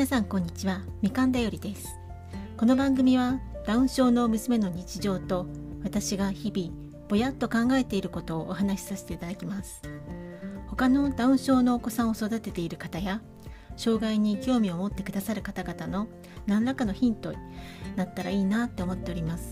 皆さんこんにちは、みかんだよりです。この番組はダウン症の娘の日常と私が日々ぼやっと考えていることをお話しさせていただきます。他のダウン症のお子さんを育てている方や障害に興味を持ってくださる方々の何らかのヒントになったらいいなって思っております。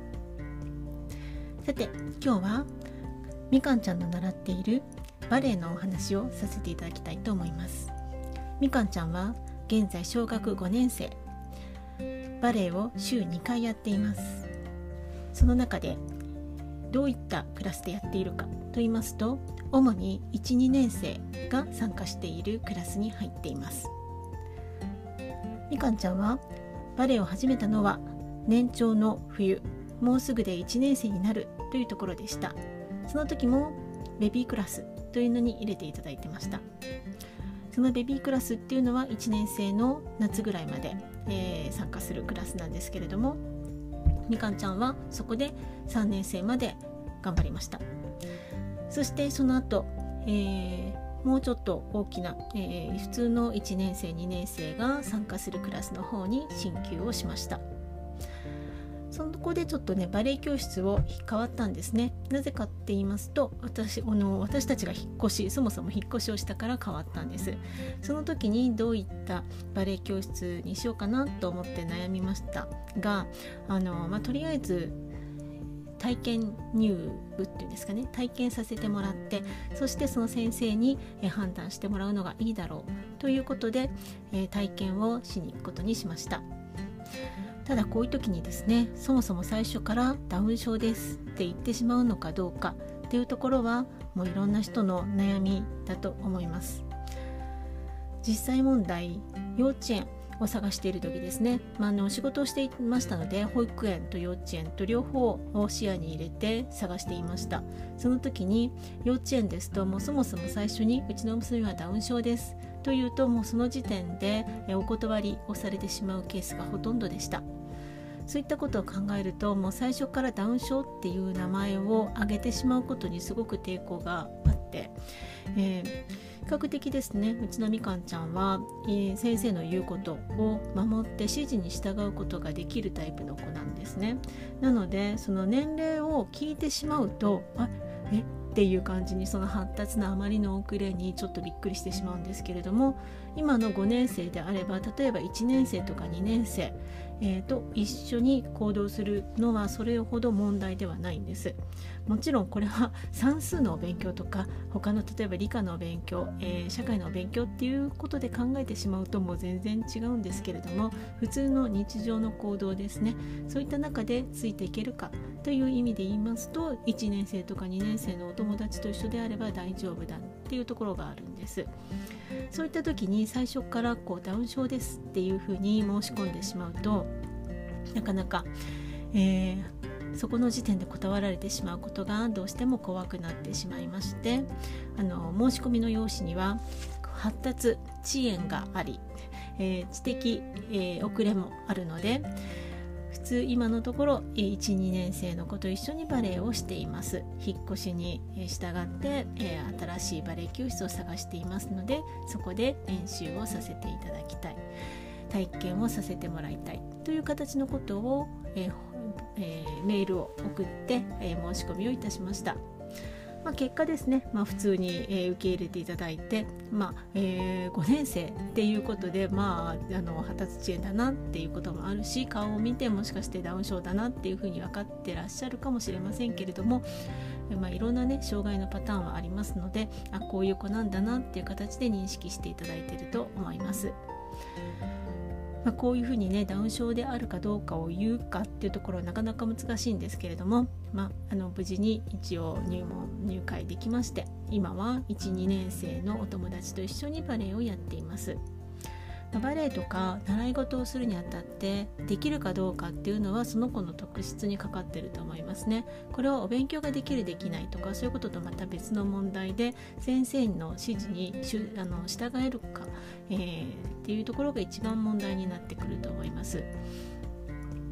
さて、今日はみかんちゃんの習っているバレエのお話をさせていただきたいと思います。みかんちゃんは現在小学5年生、バレエを週2回やっています。その中でどういったクラスでやっているかと言いますと、主に 1,2 年生が参加しているクラスに入っています。みかんちゃんはバレエを始めたのは年長の冬、もうすぐで1年生になるというところでした。その時もベビークラスというのに入れていただいてました。そのベビークラスっていうのは1年生の夏ぐらいまで、参加するクラスなんですけれども、みかんちゃんはそこで3年生まで頑張りました。そしてその後、もうちょっと大きな、普通の1年生2年生が参加するクラスの方に進級をしました。そこでちょっとね、バレエ教室を変わったんですね。なぜかって言いますと、私たちがそもそも引っ越しをしたから変わったんです。その時にどういったバレエ教室にしようかなと思って悩みましたが、とりあえず体験入部っていうんですかね、体験させてもらって、そしてその先生に判断してもらうのがいいだろうということで、体験をしに行くことにしました。ただこういう時にですね、そもそも最初からダウン症ですって言ってしまうのかどうかっていうところは、もういろんな人の悩みだと思います。実際問題、幼稚園を探している時ですね、仕事をしていましたので、保育園と幼稚園と両方を視野に入れて探していました。その時に幼稚園ですと、もうそもそも最初にうちの娘はダウン症ですというと、もうその時点でお断りをされてしまうケースがほとんどでした。そういったことを考えると、もう最初からダウン症っていう名前を挙げてしまうことにすごく抵抗があって、比較的ですね、うちのみかんちゃんは、先生の言うことを守って指示に従うことができるタイプの子なんですね。なのでその年齢を聞いてしまうと、っていう感じに、その発達のあまりの遅れにちょっとびっくりしてしまうんですけれども、今の5年生であれば、例えば1年生とか2年生、と一緒に行動するのはそれほど問題ではないんです。もちろんこれは算数の勉強とか他の例えば理科の勉強、社会の勉強っていうことで考えてしまうともう全然違うんですけれども、普通の日常の行動ですね、そういった中でついていけるかという意味で言いますと、1年生とか2年生のお友達と一緒であれば大丈夫だっていうところがあるんです。そういった時に最初からダウン症ですっていうふうに申し込んでしまうと、なかなか、そこの時点で断られてしまうことがどうしても怖くなってしまいまして、申し込みの用紙には発達遅延があり、知的、遅れもあるので、普通今のところ 1,2 年生の子と一緒にバレエをしています。引っ越しに従って、新しいバレエ教室を探していますので、そこで練習をさせていただきたい、体験をさせてもらいたいという形のことを、メールを送って、申し込みをいたしました。結果ですね、普通に、受け入れていただいて、5年生っていうことで、発達遅延だなっていうこともあるし、顔を見てもしかしてダウン症だなっていうふうに分かってらっしゃるかもしれませんけれども、いろんなね障害のパターンはありますので、こういう子なんだなっていう形で認識していただいていると思います。こういうふうにね、ダウン症であるかどうかを言うかっていうところはなかなか難しいんですけれども、無事に一応入会できまして、今は 1,2 年生のお友達と一緒にバレエをやっています。バレエとか習い事をするにあたってできるかどうかっていうのは、その子の特質にかかっていると思いますね。これはお勉強ができるできないとか、そういうこととまた別の問題で、先生の指示に従えるか、っていうところが一番問題になってくると思います。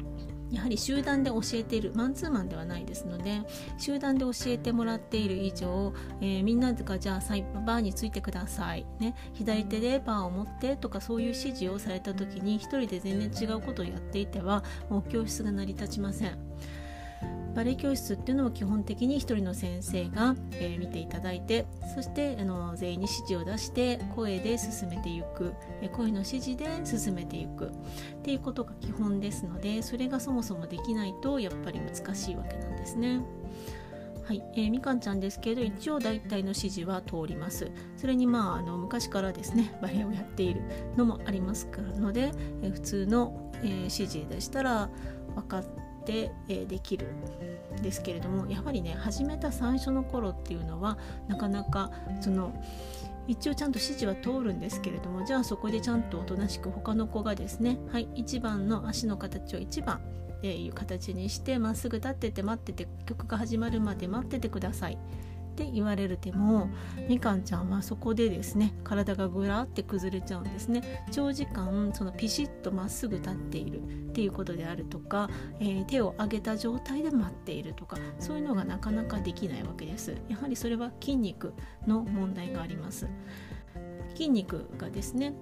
やはり集団で教えているマンツーマンではないですので、集団で教えてもらっている以上、みんながじゃあバーについてください、ね、左手でバーを持ってとか、そういう指示をされた時に一人で全然違うことをやっていてはもう教室が成り立ちません。バレエ教室っていうのは基本的に一人の先生が、見ていただいて、そして全員に指示を出して声で進めていく、声の指示で進めていくっていうことが基本ですので、それがそもそもできないとやっぱり難しいわけなんですね。はい、みかんちゃんですけれど、一応大体の指示は通ります。それに昔からですねバレエをやっているのもありますので、普通の、指示でしたら分かってできるんですけれども、やはりね始めた最初の頃っていうのはなかなか一応ちゃんと指示は通るんですけれども、じゃあそこでちゃんとおとなしく他の子がですね、はい、1番の足の形を1番っていう形にしてまっすぐ立ってて待ってて、曲が始まるまで待っててくださいって言われるても、みかんちゃんはそこでですね体がぐらって崩れちゃうんですね。長時間ピシッとまっすぐ立っているっていうことであるとか、手を上げた状態で待っているとか、そういうのがなかなかできないわけです。やはりそれは筋肉の問題があります。筋肉がですね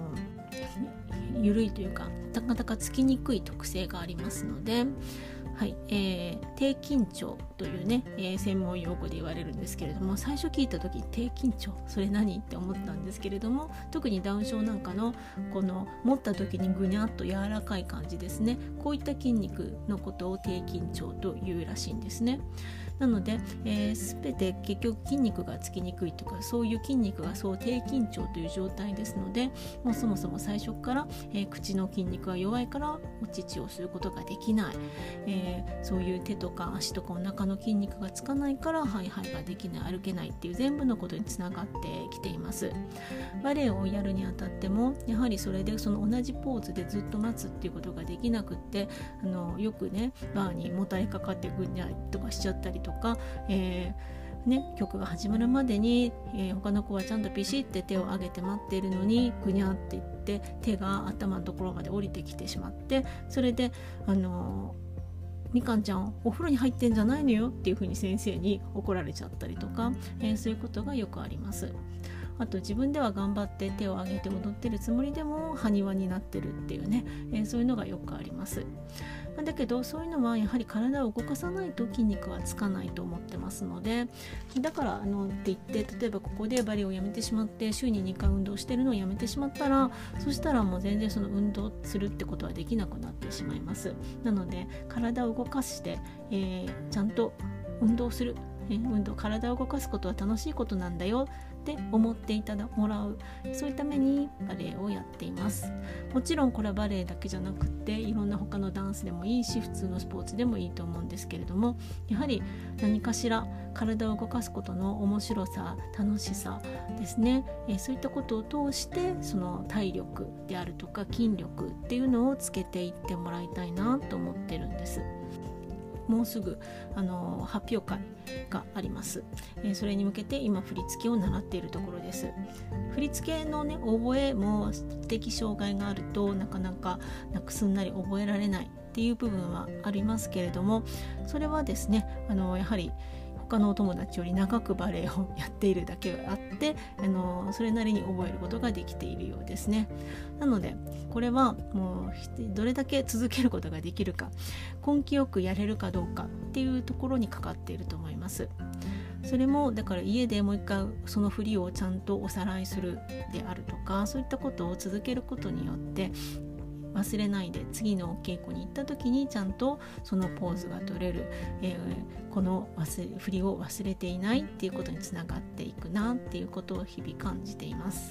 緩いというかなかなかつきにくい特性がありますので、はい、低緊張というね、専門用語で言われるんですけれども、最初聞いた時低緊張それ何って思ったんですけれども、特にダウン症なんかのこの持った時にぐにゃっと柔らかい感じですね、こういった筋肉のことを低緊張というらしいんですね。なので、全て結局筋肉がつきにくいとか、そういう筋肉がそう低緊張という状態ですので、もうそもそも最初から、口の筋肉が弱いからお乳をすることができない、そういう手とか足とかお腹の筋肉がつかないからハイハイができない、歩けないっていう全部のことにつながってきています。バレエをやるにあたってもやはりそれでその同じポーズでずっと待つっていうことができなくって、よくねバーにもたれかかってぐにゃとかしちゃったりとか、曲が始まるまでに、他の子はちゃんとピシッて手を上げて待っているのにぐにゃっていって手が頭のところまで降りてきてしまって、それでみかんちゃんお風呂に入ってんじゃないのよっていう風に先生に怒られちゃったりとか、そういうことがよくあります。あと自分では頑張って手を上げて踊ってるつもりでも埴輪になってるっていうね、そういうのがよくあります。だけどそういうのはやはり体を動かさないと筋肉はつかないと思ってますので、だからって言って例えばここでバレエをやめてしまって週に2回運動してるのをやめてしまったら、そしたらもう全然その運動するってことはできなくなってしまいます。なので体を動かして、ちゃんと運動する、体を動かすことは楽しいことなんだよって思ってもらう、そういったためにバレエをやっています。もちろんこれはバレエだけじゃなくっていろんな他のダンスでもいいし普通のスポーツでもいいと思うんですけれども、やはり何かしら体を動かすことの面白さ楽しさですね、そういったことを通してその体力であるとか筋力っていうのをつけていってもらいたいなと思ってるんです。もうすぐ発表会があります。それに向けて今振り付けを習っているところです。振り付けのね覚えも知的障害があるとなかなかすんなり覚えられないっていう部分はありますけれども、それはですねやはり他のお友達より長くバレエをやっているだけあってそれなりに覚えることができているようですね。なのでこれはもうどれだけ続けることができるか、根気よくやれるかどうかっていうところにかかっていると思います。それもだから家でもう一回その振りをちゃんとおさらいするであるとか、そういったことを続けることによって忘れないで次のお稽古に行った時にちゃんとそのポーズが取れる、この振りを忘れていないっていうことにつながっていくなっていうことを日々感じています。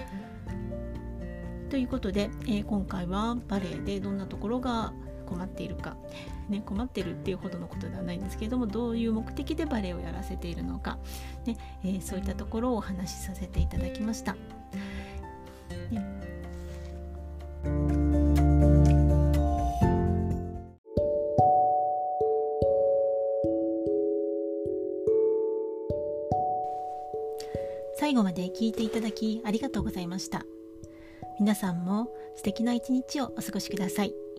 ということで、今回はバレエでどんなところが困っているか、困っているっていうほどのことではないんですけれども、どういう目的でバレエをやらせているのか、そういったところをお話しさせていただきました。最後まで聞いていただきありがとうございました。皆さんも素敵な一日をお過ごしください。